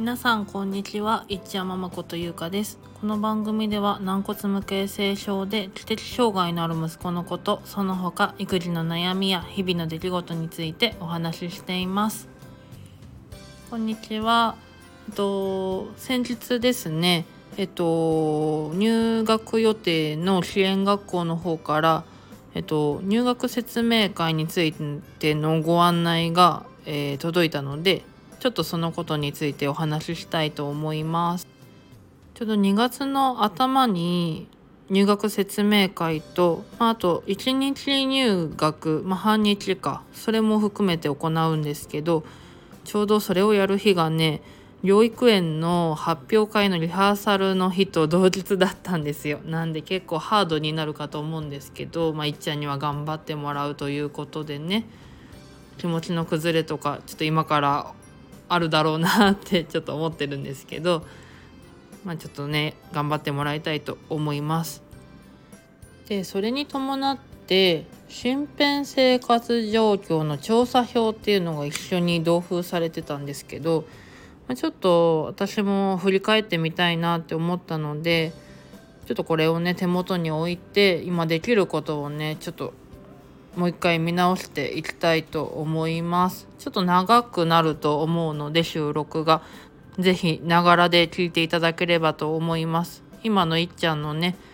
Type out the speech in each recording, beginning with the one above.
皆さんこんにちは、いっちゃままことゆうかです。この番組では軟骨無形性症で知的障害のある息子のこと、その他育児の悩みや日々の出来事についてお話ししています。こんにちは。先日ですね、入学予定の支援学校の方から、入学説明会についてのご案内が、届いたので、ちょっとそのことについてお話ししたいと思います。ちょうど2月の頭に入学説明会と、あと1日入学、半日か、それも含めて行うんですけど、ちょうどそれをやる日がね、療育園の発表会のリハーサルの日と同日だったんですよ。なんで結構ハードになるかと思うんですけど、いっちゃんには頑張ってもらうということでね、気持ちの崩れとかちょっと今からあるだろうなってちょっと思ってるんですけど、ちょっとね頑張ってもらいたいと思います。でそれに伴って身辺生活状況の調査表っていうのが一緒に同封されてたんですけど、ちょっと私も振り返ってみたいなって思ったので、ちょっとこれをね手元に置いて今できることをねちょっともう一回見直していきたいと思います。ちょっと長くなると思うので収録がぜひながらで聞いていただければと思います。今のいっちゃんのね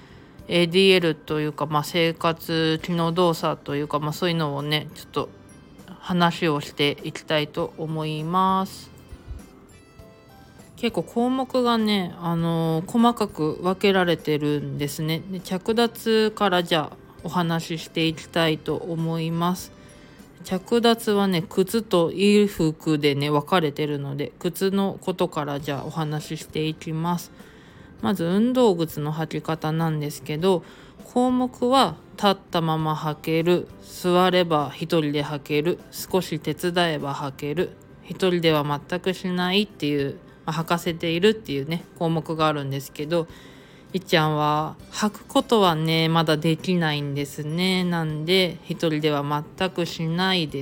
ADL というか、生活機能動作というか、そういうのをねちょっと話をしていきたいと思います。結構項目がね、細かく分けられてるんですね。で着脱からじゃあお話ししていきたいと思います。着脱はね靴と衣服でね分かれてるので、靴のことからじゃあお話ししていきます。まず運動靴の履き方なんですけど、項目は立ったまま履ける、座れば一人で履ける、少し手伝えば履ける、一人では全くしないっていう、履かせているっていうね項目があるんですけど、いっちゃんは履くことはねまだできないんですね。なんで一人では全くしないです。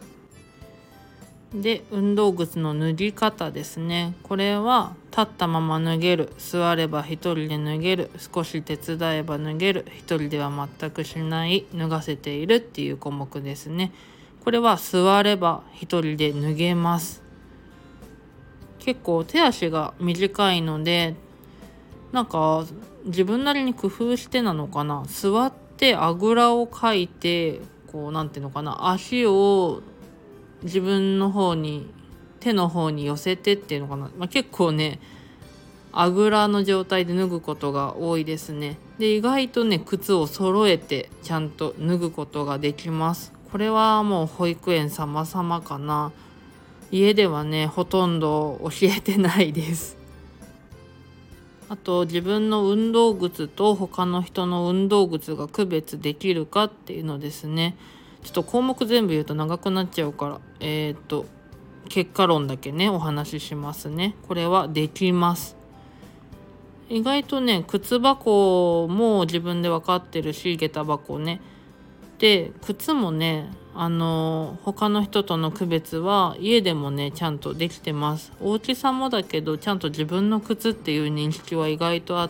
で運動靴の脱ぎ方ですね。これは立ったまま脱げる、座れば一人で脱げる、少し手伝えば脱げる、一人では全くしない、脱がせているっていう項目ですね。これは座れば一人で脱げます。結構手足が短いので、なんか自分なりに工夫してなのかな、座ってあぐらをかいて、こうなんていうのかな、足を自分の方に手の方に寄せてっていうのかな、結構ねあぐらの状態で脱ぐことが多いですね。で意外とね靴を揃えてちゃんと脱ぐことができます。これはもう保育園様々かな。家ではねほとんど教えてないです。あと自分の運動靴と他の人の運動靴が区別できるかっていうのですね。ちょっと項目全部言うと長くなっちゃうから、結果論だけねお話ししますね。これはできます。意外とね靴箱も自分で分かってるし、下駄箱ね。で靴もね他の人との区別は家でもねちゃんとできてます。お家さんもだけどちゃんと自分の靴っていう認識は意外とあって、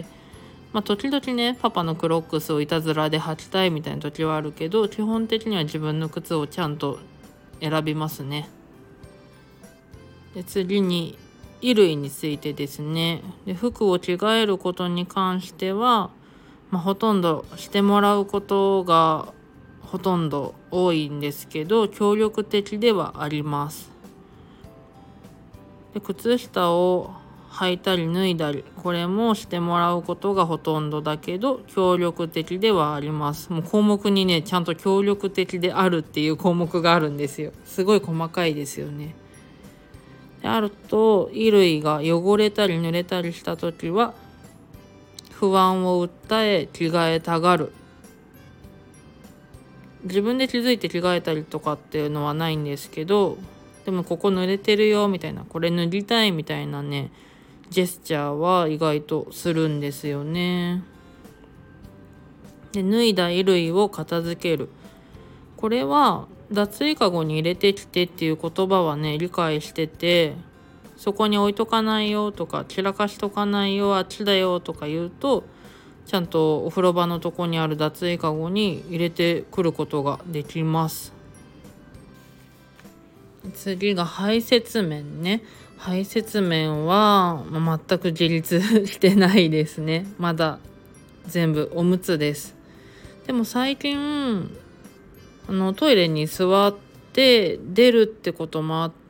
時々ねパパのクロックスをいたずらで履きたいみたいな時はあるけど、基本的には自分の靴をちゃんと選びますね。で次に衣類についてですね。で服を着替えることに関しては、ほとんどしてもらうことがほとんど多いんですけど、協力的ではあります。で靴下を履いたり脱いだり、これもしてもらうことがほとんどだけど協力的ではあります。もう項目にねちゃんと協力的であるっていう項目があるんですよ。すごい細かいですよね。であると衣類が汚れたり濡れたりした時は不安を訴え着替えたがる。自分で気づいて着替えたりとかっていうのはないんですけど、でもここ濡れてるよみたいな、これ脱ぎたいみたいなねジェスチャーは意外とするんですよね。で脱いだ衣類を片付ける。これは脱衣かごに入れてきてっていう言葉はね理解してて、 そこに置いとかないよとか、散らかしとかないよ、あっちだよとか言うと、ちゃんとお風呂場のとこにある脱衣かごに入れてくることができます。次が排泄面ね。排泄面は、全く自立してないですね。まだ全部おむつです。でも最近トイレに座って出るってこともあって、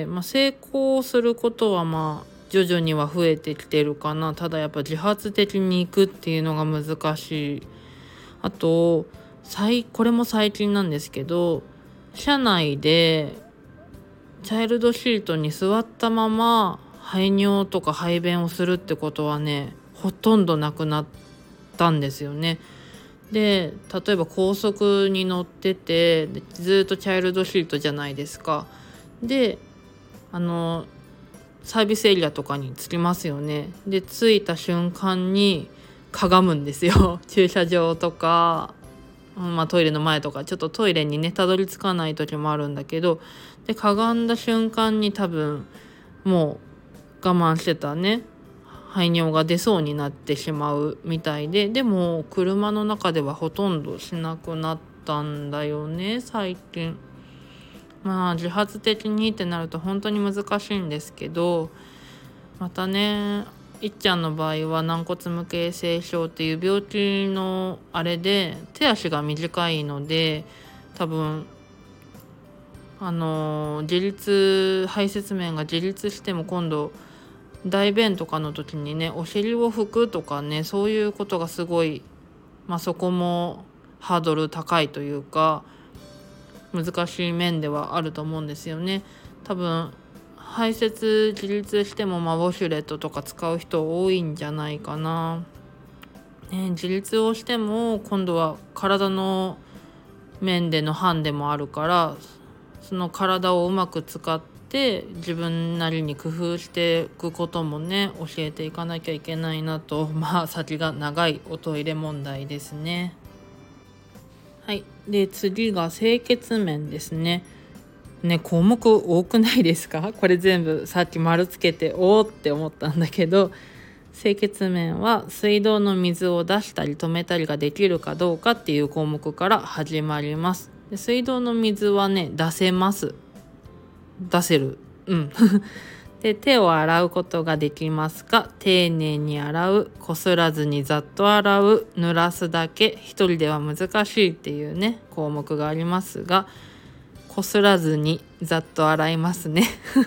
成功することは徐々には増えてきてるかな。ただやっぱ自発的に行くっていうのが難しい。あとこれも最近なんですけど、車内でチャイルドシートに座ったまま排尿とか排便をするってことはね、ほとんどなくなったんですよね。で、例えば高速に乗ってて、ずっとチャイルドシートじゃないですか。で、サービスエリアとかに着きますよね。で、着いた瞬間にかがむんですよ。駐車場とか、トイレの前とか、ちょっとトイレにねたどり着かない時もあるんだけど、でかがんだ瞬間に多分もう我慢してたね排尿が出そうになってしまうみたいで、でも車の中ではほとんどしなくなったんだよね最近。自発的にってなると本当に難しいんですけど、またね、いっちゃんの場合は軟骨無形成症っていう病気のあれで手足が短いので、多分排泄面が自立しても今度大便とかの時にね、お尻を拭くとかね、そういうことがすごい、そこもハードル高いというか難しい面ではあると思うんですよね。多分排泄自立してもウォシュレットとか使う人多いんじゃないかな、自立をしても今度は体の面でのハンデもあるから、その体をうまく使って自分なりに工夫していくこともね、教えていかなきゃいけないなと。先が長いおトイレ問題ですね。はい。で、次が清潔面ですね。項目多くないですか？これ全部さっき丸つけておーって思ったんだけど、清潔面は水道の水を出したり止めたりができるかどうかっていう項目から始まります。で、水道の水はね、出せます。出せる。で、手を洗うことができますか？丁寧に洗う、こすらずにざっと洗う、濡らすだけ、一人では難しいっていうね項目がありますが、こすらずにざっと洗いますね。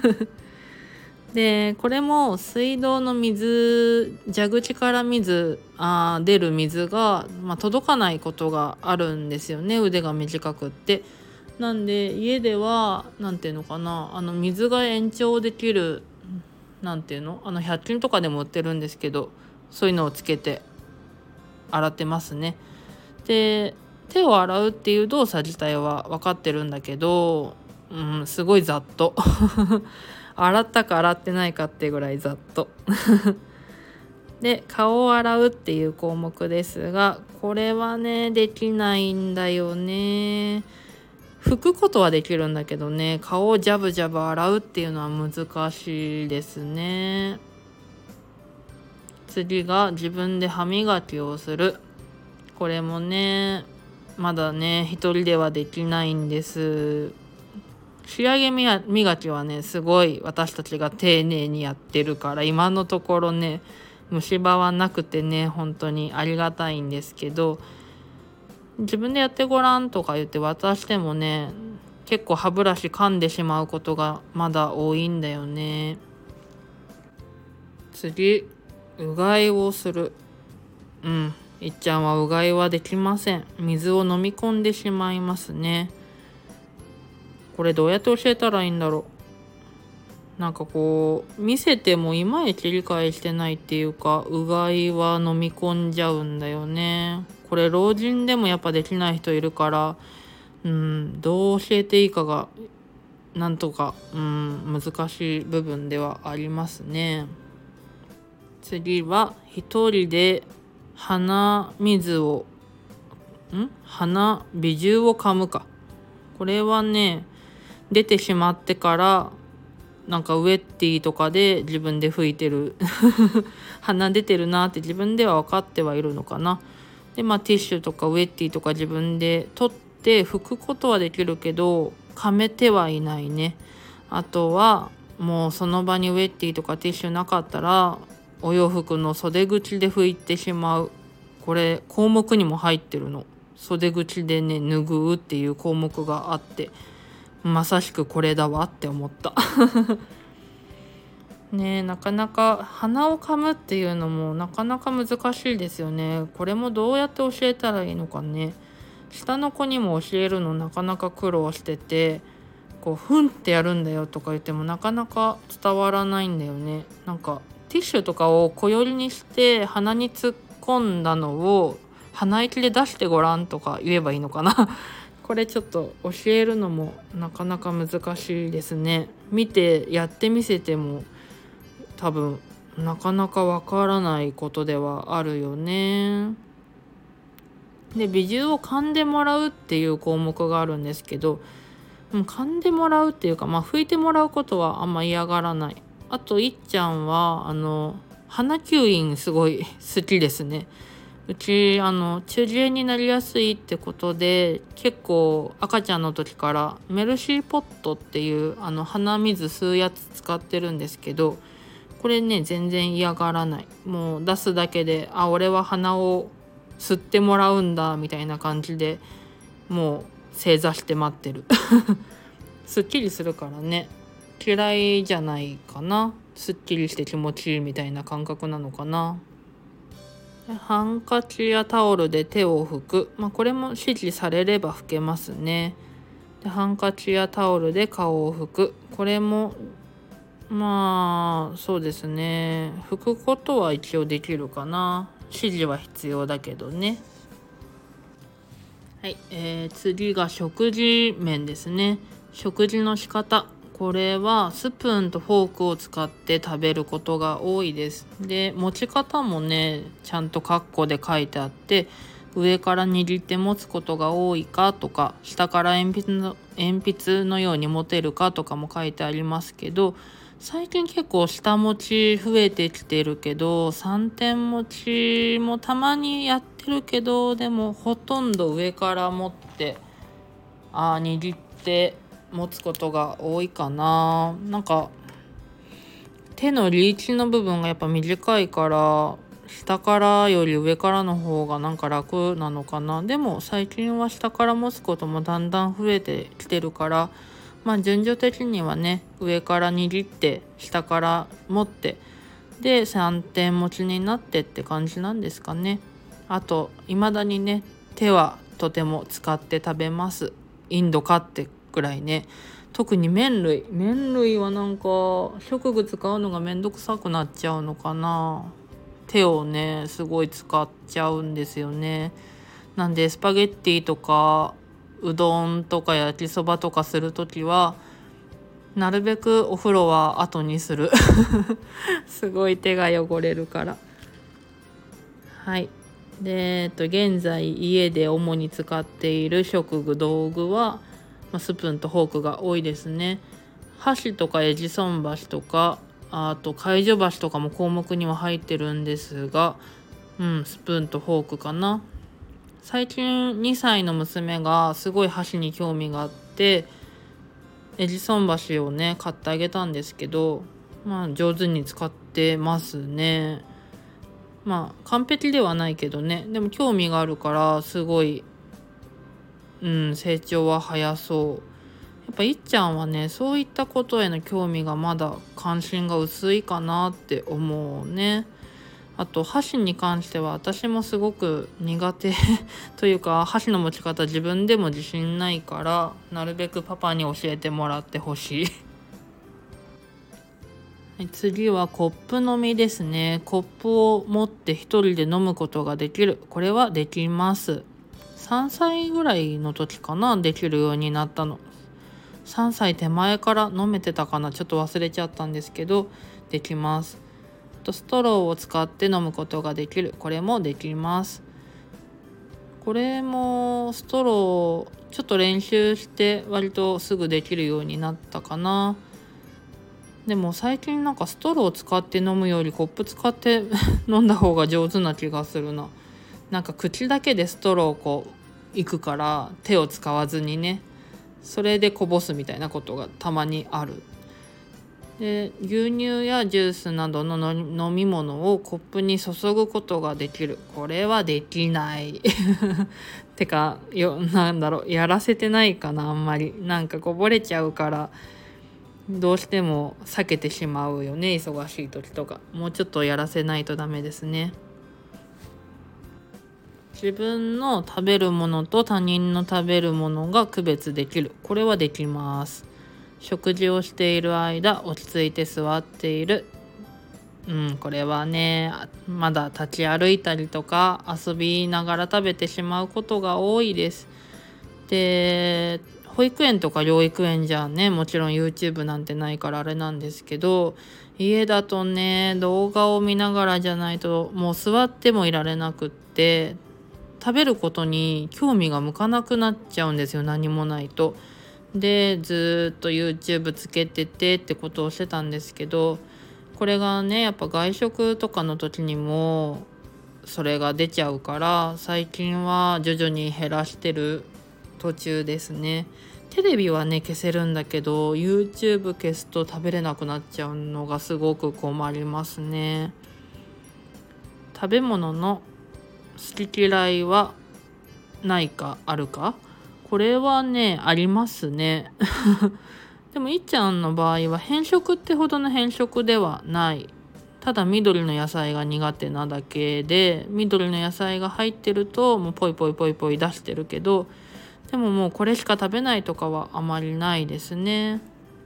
で、これも水道の水、蛇口から出る水が、届かないことがあるんですよね、腕が短くって。なんで家では水が延長できる100均とかでも売ってるんですけど、そういうのをつけて洗ってますね。で、手を洗うっていう動作自体は分かってるんだけど、すごいざっと洗ったか洗ってないかってぐらいざっとで、顔を洗うっていう項目ですが、これはねできないんだよね。拭くことはできるんだけどね、顔をジャブジャブ洗うっていうのは難しいですね。次が自分で歯磨きをする。これもね、まだね一人ではできないんです。仕上げ磨きはね、すごい私たちが丁寧にやってるから、今のところね虫歯はなくてね、本当にありがたいんですけど、自分でやってごらんとか言って渡してもね、結構歯ブラシ噛んでしまうことがまだ多いんだよね。次、うがいをする。いっちゃんはうがいはできません。水を飲み込んでしまいますね。これどうやって教えたらいいんだろう。見せてもいまいち理解してないっていうか、うがいは飲み込んじゃうんだよね。これ老人でもやっぱできない人いるから、どう教えていいかがなんとか難しい部分ではありますね。次は一人で鼻美汁を噛むか。これはね、出てしまってからなんかウェッティとかで自分で拭いてる鼻出てるなって自分では分かってはいるのかな。でティッシュとかウェッティとか自分で取って拭くことはできるけど噛めてはいないね。あとはもうその場にウェッティとかティッシュなかったらお洋服の袖口で拭いてしまう。これ項目にも入ってるの。袖口でね拭うっていう項目があって、まさしくこれだわって思ったね。なかなか鼻を噛むっていうのもなかなか難しいですよね。これもどうやって教えたらいいのかね。下の子にも教えるのなかなか苦労してて、こうふんってやるんだよとか言ってもなかなか伝わらないんだよね。なんかティッシュとかを小よりにして鼻に突っ込んだのを鼻息で出してごらんとか言えばいいのかなこれちょっと教えるのもなかなか難しいですね。見てやってみせても多分なかなかわからないことではあるよね。で美獣を噛んでもらうっていう項目があるんですけど、噛んでもらうっていうか拭いてもらうことはあんま嫌がらない。あといっちゃんは鼻吸引すごい好きですね。うち中耳炎になりやすいってことで結構赤ちゃんの時からメルシーポットっていう鼻水吸うやつ使ってるんですけど、これね全然嫌がらない。もう出すだけで俺は鼻を吸ってもらうんだみたいな感じでもう正座して待ってるすっきりするからね、嫌いじゃないかな。すっきりして気持ちいいみたいな感覚なのかな。ハンカチやタオルで手を拭く、これも指示されれば拭けますね。でハンカチやタオルで顔を拭く、これもそうですね、拭くことは一応できるかな。指示は必要だけどね。はい、次が食事面ですね。食事の仕方、これはスプーンとフォークを使って食べることが多いです。で持ち方もねちゃんとカッコで書いてあって、上から握って持つことが多いかとか、下から鉛筆のように持てるかとかも書いてありますけど、最近結構下持ち増えてきてるけど3点持ちもたまにやってるけど、でもほとんど上から持って握って持つことが多いかな。なんか手のリーチの部分がやっぱ短いから下からより上からの方がなんか楽なのかな。でも最近は下から持つこともだんだん増えてきてるから、順序的にはね上から握って下から持ってで3点持ちになってって感じなんですかね。あと未だにね手はとても使って食べます。インドかってくらいね。特に麺類はなんか食具使うのがめんどくさくなっちゃうのかな。手をねすごい使っちゃうんですよね。なんでスパゲッティとかうどんとか焼きそばとかするときはなるべくお風呂は後にするすごい手が汚れるから。はい。で現在家で主に使っている食具道具は、スプーンとフォークが多いですね。箸とかエジソン箸とかあと介助箸とかも項目には入ってるんですが、スプーンとフォークかな。最近2歳の娘がすごい箸に興味があってエジソン箸をね買ってあげたんですけど、上手に使ってますね。完璧ではないけどね、でも興味があるからすごい、成長は早そう。やっぱいっちゃんはねそういったことへの興味がまだ関心が薄いかなって思うね。あと箸に関しては私もすごく苦手というか箸の持ち方自分でも自信ないからなるべくパパに教えてもらってほしいはい、次はコップ飲みですね。コップを持って一人で飲むことができる。これはできます。3歳ぐらいの時かな、できるようになったの。3歳手前から飲めてたかな、ちょっと忘れちゃったんですけどできます。ストローを使って飲むことができる。これもできます。これもストローちょっと練習して割とすぐできるようになったかな。 でも最近なんかストローを使って飲むよりコップ使って飲んだ方が上手な気がするな。なんか口だけでストローをこういくから手を使わずにね、それでこぼすみたいなことがたまにある。で、牛乳やジュースなどの飲み物をコップに注ぐことができる。これはできないてかやらせてないかな。あんまりなんかこぼれちゃうからどうしても避けてしまうよね、忙しい時とか。もうちょっとやらせないとダメですね。自分の食べるものと他人の食べるものが区別できる。これはできます。食事をしている間落ち着いて座っている。これはね、まだ立ち歩いたりとか遊びながら食べてしまうことが多いです。で、保育園とか療育園じゃね、もちろん YouTube なんてないからあれなんですけど、家だとね、動画を見ながらじゃないともう座ってもいられなくって、食べることに興味が向かなくなっちゃうんですよ、何もないと。で、ずっと YouTube つけててってことをしてたんですけど、これがね、やっぱ外食とかの時にもそれが出ちゃうから、最近は徐々に減らしてる途中ですね。テレビはね消せるんだけど YouTube 消すと食べれなくなっちゃうのがすごく困りますね。食べ物の好き嫌いはないかあるか、これはねありますねでもいっちゃんの場合は偏食ってほどの偏食ではない。ただ緑の野菜が苦手なだけで、緑の野菜が入ってるともうポイポイポイポイ出してるけど、でももうこれしか食べないとかはあまりないですね。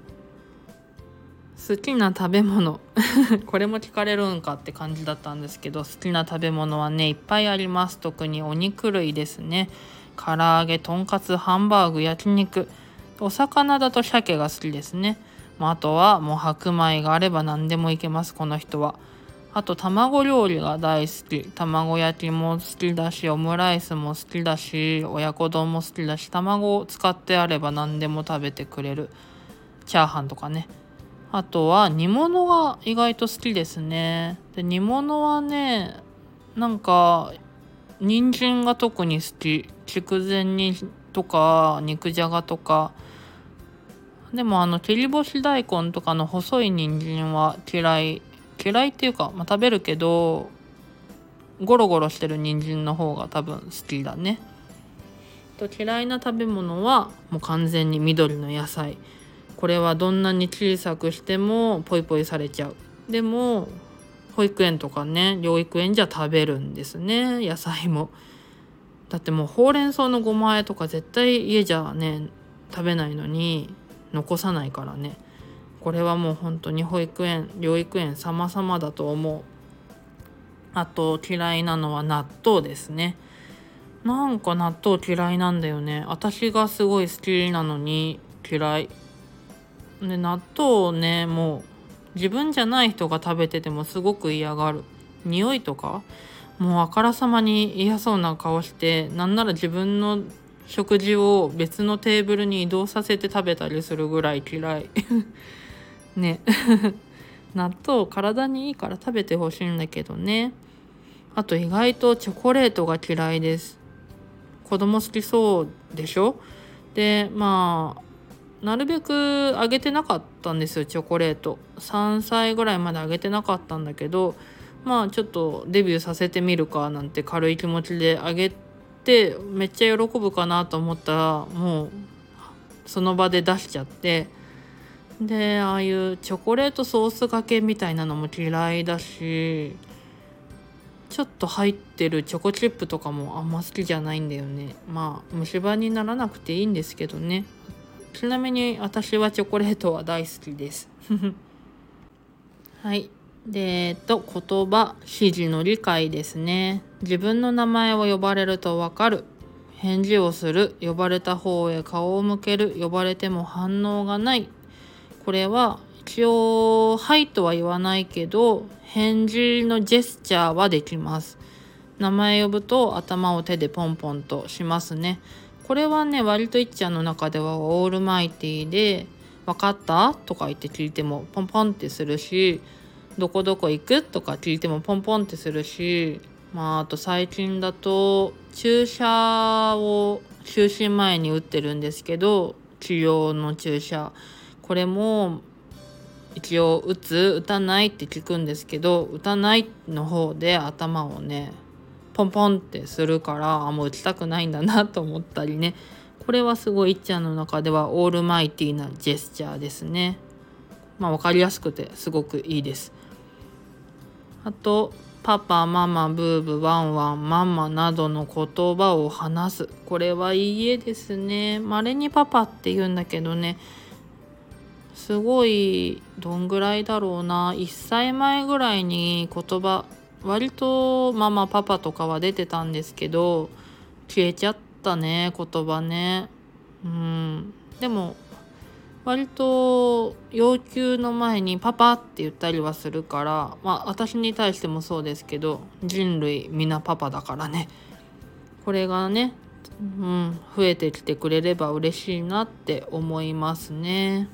好きな食べ物これも聞かれるんかって感じだったんですけど、好きな食べ物はねいっぱいあります。特にお肉類ですね。唐揚げ、とんかつ、ハンバーグ、焼肉。お魚だと鮭が好きですね。あとはもう白米があれば何でもいけます、この人は。あと卵料理が大好き。卵焼きも好きだし、オムライスも好きだし、親子丼も好きだし、卵を使ってあれば何でも食べてくれる。チャーハンとかね。あとは煮物が意外と好きですね。で、煮物はね、なんか人参が特に好き。筑前煮とか肉じゃがとか。でも切り干し大根とかの細い人参は嫌いっていうか、食べるけどゴロゴロしてる人参の方が多分好きだね。と嫌いな食べ物はもう完全に緑の野菜。これはどんなに小さくしてもポイポイされちゃう。でも保育園とかね療育園じゃ食べるんですね、野菜も。だってもうほうれん草のごま和えとか絶対家じゃね食べないのに残さないからね。これはもう本当に保育園療育園様々だと思う。あと嫌いなのは納豆ですね。なんか納豆嫌いなんだよね。私がすごい好きなのに嫌いで、納豆をねもう自分じゃない人が食べててもすごく嫌がる。匂いとかもうあからさまに嫌そうな顔して、なんなら自分の食事を別のテーブルに移動させて食べたりするぐらい嫌いね納豆体にいいから食べてほしいんだけどね。あと意外とチョコレートが嫌いです。子供好きそうでしょ。でなるべくあげてなかったんですよ、チョコレート。3歳ぐらいまであげてなかったんだけど、ちょっとデビューさせてみるかなんて軽い気持ちであげて、めっちゃ喜ぶかなと思ったらもうその場で出しちゃって、でああいうチョコレートソースがけみたいなのも嫌いだし、ちょっと入ってるチョコチップとかもあんま好きじゃないんだよね。虫歯にならなくていいんですけどね。ちなみに私はチョコレートは大好きですはい。で言葉指示の理解ですね。自分の名前を呼ばれるとわかる。返事をする。呼ばれた方へ顔を向ける。呼ばれても反応がない。これは一応はいとは言わないけど返事のジェスチャーはできます。名前呼ぶと頭を手でポンポンとしますね。これはね割といっちゃんの中ではオールマイティーで、 分かったとか言って聞いてもポンポンってするし、どこどこ行くとか聞いてもポンポンってするし、あと最近だと注射を就寝前に打ってるんですけど、治療の注射、これも一応打たないって聞くんですけど、打たないの方で頭をねポンポンってするから、もう打ちたくないんだなと思ったりね。これはすごいいっちゃんの中ではオールマイティーなジェスチャーですね。分かりやすくてすごくいいです。あとパパ、ママ、ブーブ、ワンワン、ママなどの言葉を話す。これはいいえですね。稀にパパって言うんだけどね、すごいどんぐらいだろうな、1歳前ぐらいに言葉割とママパパとかは出てたんですけど、消えちゃったね、言葉ね。でも割と要求の前にパパって言ったりはするから、私に対してもそうですけど、人類みんなパパだからね。これがね、増えてきてくれれば嬉しいなって思いますね。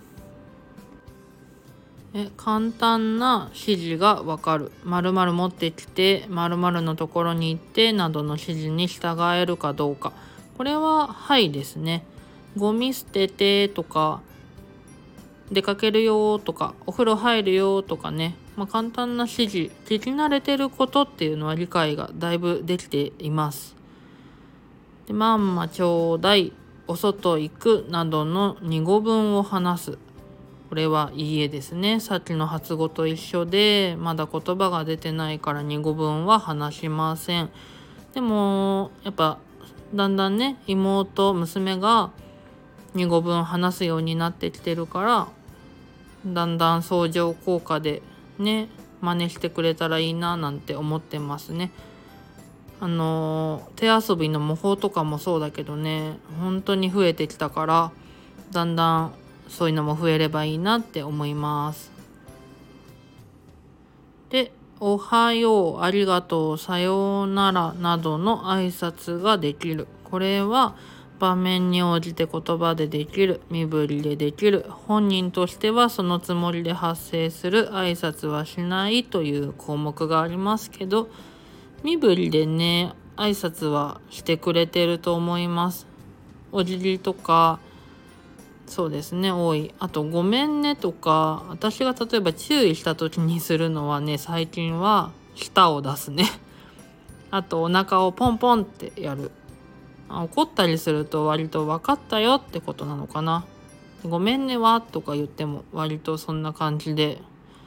簡単な指示がわかる。〇〇持ってきて、〇〇のところに行ってなどの指示に従えるかどうか。これははいですね。ゴミ捨ててとか、出かけるよとか、お風呂入るよとかね、簡単な指示、聞き慣れてることっていうのは理解がだいぶできています。で、まんまちょうだい、お外行くなどの2語分を話す。これはいいえですね。さっきの発語と一緒で、まだ言葉が出てないから2語分は話しません。でもやっぱだんだんね、妹、娘が2語分話すようになってきてるから、だんだん相乗効果でね、真似してくれたらいいななんて思ってますね。手遊びの模倣とかもそうだけどね、本当に増えてきたから、だんだんそういうのも増えればいいなって思います。で、おはよう、ありがとう、さようならなどの挨拶ができる。これは場面に応じて言葉でできる、身振りでできる、本人としてはそのつもりで発生する、挨拶はしないという項目がありますけど、身振りでね、挨拶はしてくれてると思います。お辞儀とか、そうですね、多い。あとごめんねとか、私が例えば注意した時にするのはね、最近は舌を出すね。あとお腹をポンポンってやる。怒ったりすると割と分かったよってことなのかな。ごめんねはとか言っても割とそんな感じで、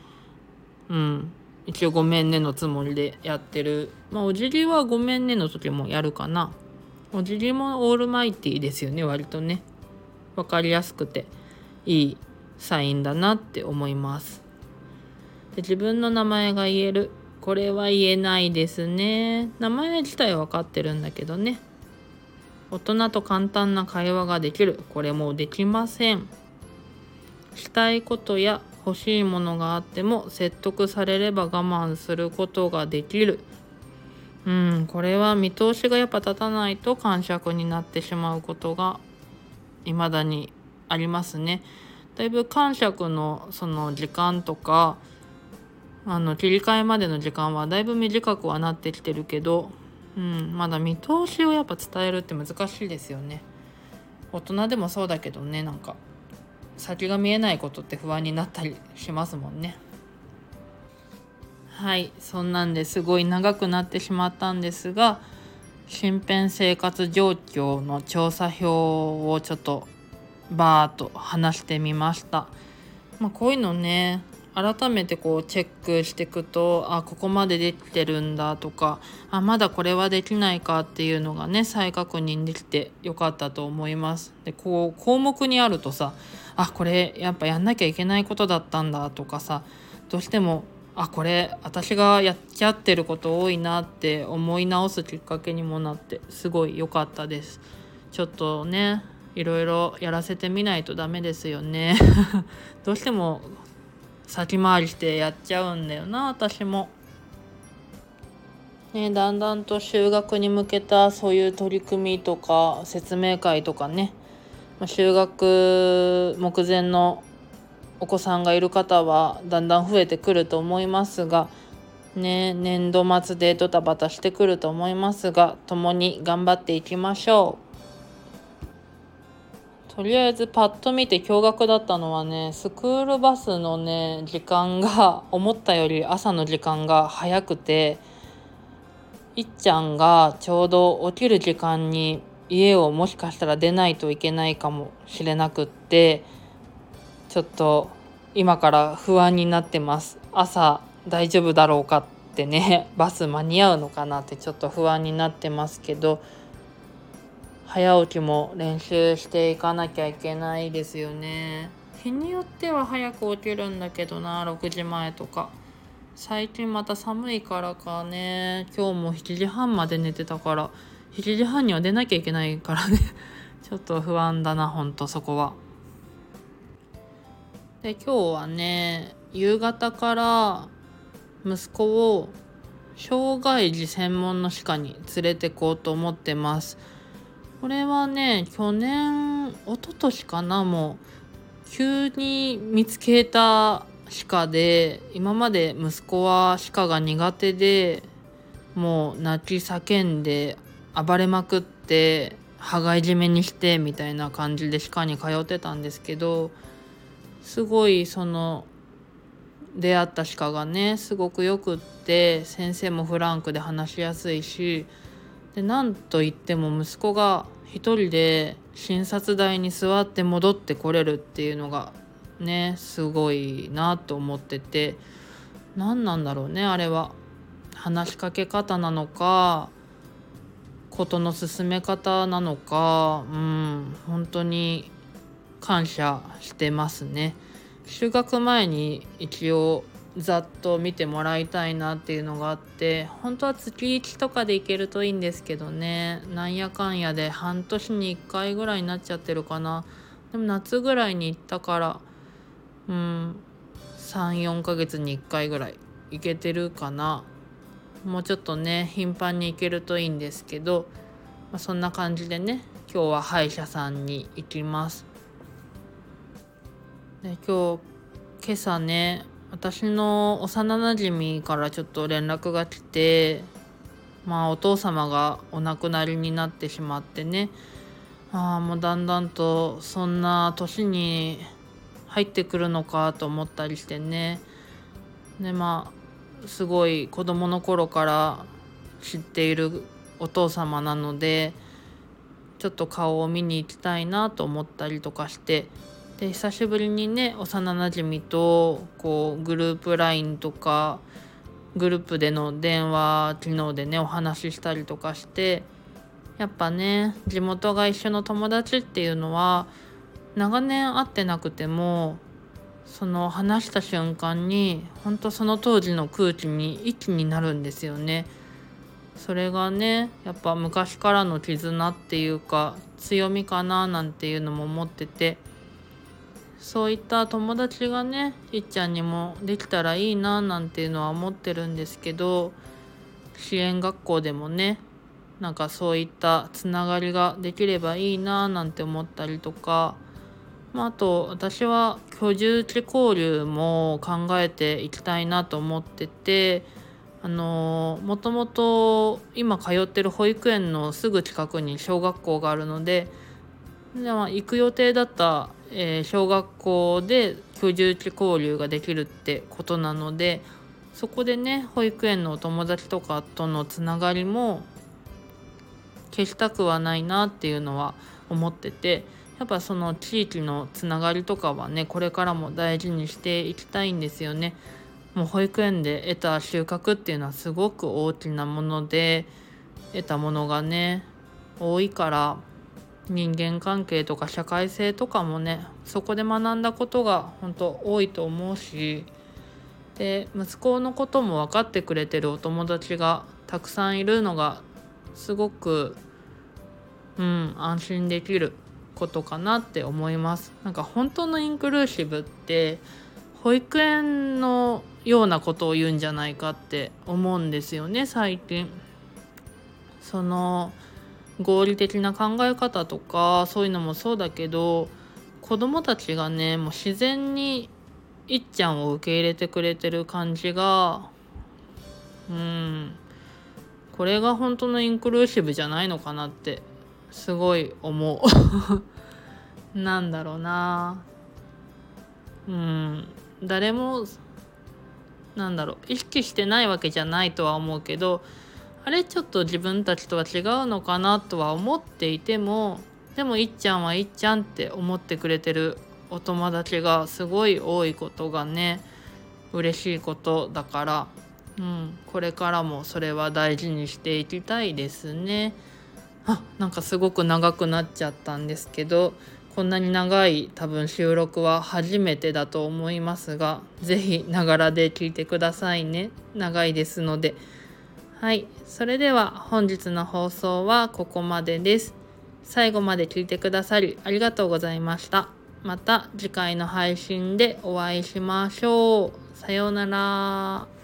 一応ごめんねのつもりでやってる。お辞儀はごめんねの時もやるかな。お辞儀もオールマイティーですよね、割とね。分かりやすくていいサインだなって思います。で、自分の名前が言える。これは言えないですね。名前自体は分かってるんだけどね。大人と簡単な会話ができる。これもできません。したいことや欲しいものがあっても説得されれば我慢することができる。これは見通しがやっぱ立たないと癇癪になってしまうことが未だにありますね。だいぶ癇癪のその時間とか切り替えまでの時間はだいぶ短くはなってきてるけど、まだ見通しをやっぱ伝えるって難しいですよね。大人でもそうだけどね、なんか先が見えないことって不安になったりしますもんね。はい、そんなんですごい長くなってしまったんですが、身辺生活状況の調査表をちょっとバーっと話してみました。こういうのね、改めてチェックしていくと、ここまでできてるんだとか、まだこれはできないかっていうのがね、再確認できてよかったと思います。で、項目にあるとさ、これやっぱやんなきゃいけないことだったんだとかさ、どうしてもこれ私がやっちゃってること多いなって思い直すきっかけにもなってすごい良かったです。ちょっとね、いろいろやらせてみないとダメですよね。どうしても先回りしてやっちゃうんだよな、私も。ね、だんだんと就学に向けたそういう取り組みとか説明会とかね、就学目前のお子さんがいる方はだんだん増えてくると思いますがね、年度末でドタバタしてくると思いますが、共に頑張っていきましょう。とりあえずパッと見て驚愕だったのはね、スクールバスのね時間が思ったより朝の時間が早くて、いっちゃんがちょうど起きる時間に家をもしかしたら出ないといけないかもしれなくって、ちょっと今から不安になってます。朝大丈夫だろうかってね、バス間に合うのかなってちょっと不安になってますけど、早起きも練習していかなきゃいけないですよね。日によっては早く起きるんだけどな、6時前とか。最近また寒いからかね、今日も7時半まで寝てたから、7時半には出なきゃいけないからねちょっと不安だな、ほんとそこは。で、今日はね、夕方から息子を障害児専門の歯科に連れてこうと思ってます。これはね、去年、一昨年かな、もう急に見つけた歯科で、今まで息子は歯科が苦手で、もう泣き叫んで暴れまくって羽交い締めにしてみたいな感じで歯科に通ってたんですけど、すごいその出会った歯科がねすごくよくって、先生もフランクで話しやすいし、でなんといっても息子が一人で診察台に座って戻ってこれるっていうのがねすごいなと思ってて、何なんだろうね、あれは話しかけ方なのか事の進め方なのか、本当に感謝してますね。就学前に一応ざっと見てもらいたいなっていうのがあって、本当は月1とかで行けるといいんですけどね、なんやかんやで半年に1回ぐらいになっちゃってるかな。でも夏ぐらいに行ったから3、4ヶ月に1回ぐらい行けてるかな。もうちょっとね頻繁に行けるといいんですけど、そんな感じでね今日は歯医者さんに行きます。で今朝ね、私の幼なじみからちょっと連絡が来て、お父様がお亡くなりになってしまってね、もうだんだんとそんな年に入ってくるのかと思ったりしてね。ですごい子供の頃から知っているお父様なので、ちょっと顔を見に行きたいなと思ったりとかして、で久しぶりにね幼なじみとこうグループ LINE とかグループでの電話機能でねお話ししたりとかして、やっぱね地元が一緒の友達っていうのは長年会ってなくても、その話した瞬間に本当その当時の空気に一気になるんですよね。それがねやっぱ昔からの絆っていうか強みかななんていうのも思ってて、そういった友達がねいっちゃんにもできたらいいななんていうのは思ってるんですけど、支援学校でもねなんかそういったつながりができればいいななんて思ったりとか、あと私は居住地交流も考えていきたいなと思ってて、もともと今通ってる保育園のすぐ近くに小学校があるので、行く予定だった、小学校で居住地交流ができるってことなので、そこでね保育園のお友達とかとのつながりも消したくはないなっていうのは思ってて、やっぱその地域のつながりとかはねこれからも大事にしていきたいんですよね。もう保育園で得た収穫っていうのはすごく大きなもので、得たものがね多いから、人間関係とか社会性とかもねそこで学んだことが本当多いと思うし、で息子のことも分かってくれてるお友達がたくさんいるのがすごく安心できることかなって思います。なんか本当のインクルーシブって保育園のようなことを言うんじゃないかって思うんですよね最近。その合理的な考え方とかそういうのもそうだけど、子どもたちがねもう自然にいっちゃんを受け入れてくれてる感じが、これが本当のインクルーシブじゃないのかなってすごい思うなんだろうな、誰も意識してないわけじゃないとは思うけど、あれちょっと自分たちとは違うのかなとは思っていても、でもいっちゃんはいっちゃんって思ってくれてるお友達がすごい多いことがね、嬉しいことだから、これからもそれは大事にしていきたいですね。なんかすごく長くなっちゃったんですけど、こんなに長い多分収録は初めてだと思いますが、ぜひながらで聞いてくださいね。長いですので。はい、それでは本日の放送はここまでです。最後まで聞いてくださりありがとうございました。また次回の配信でお会いしましょう。さようなら。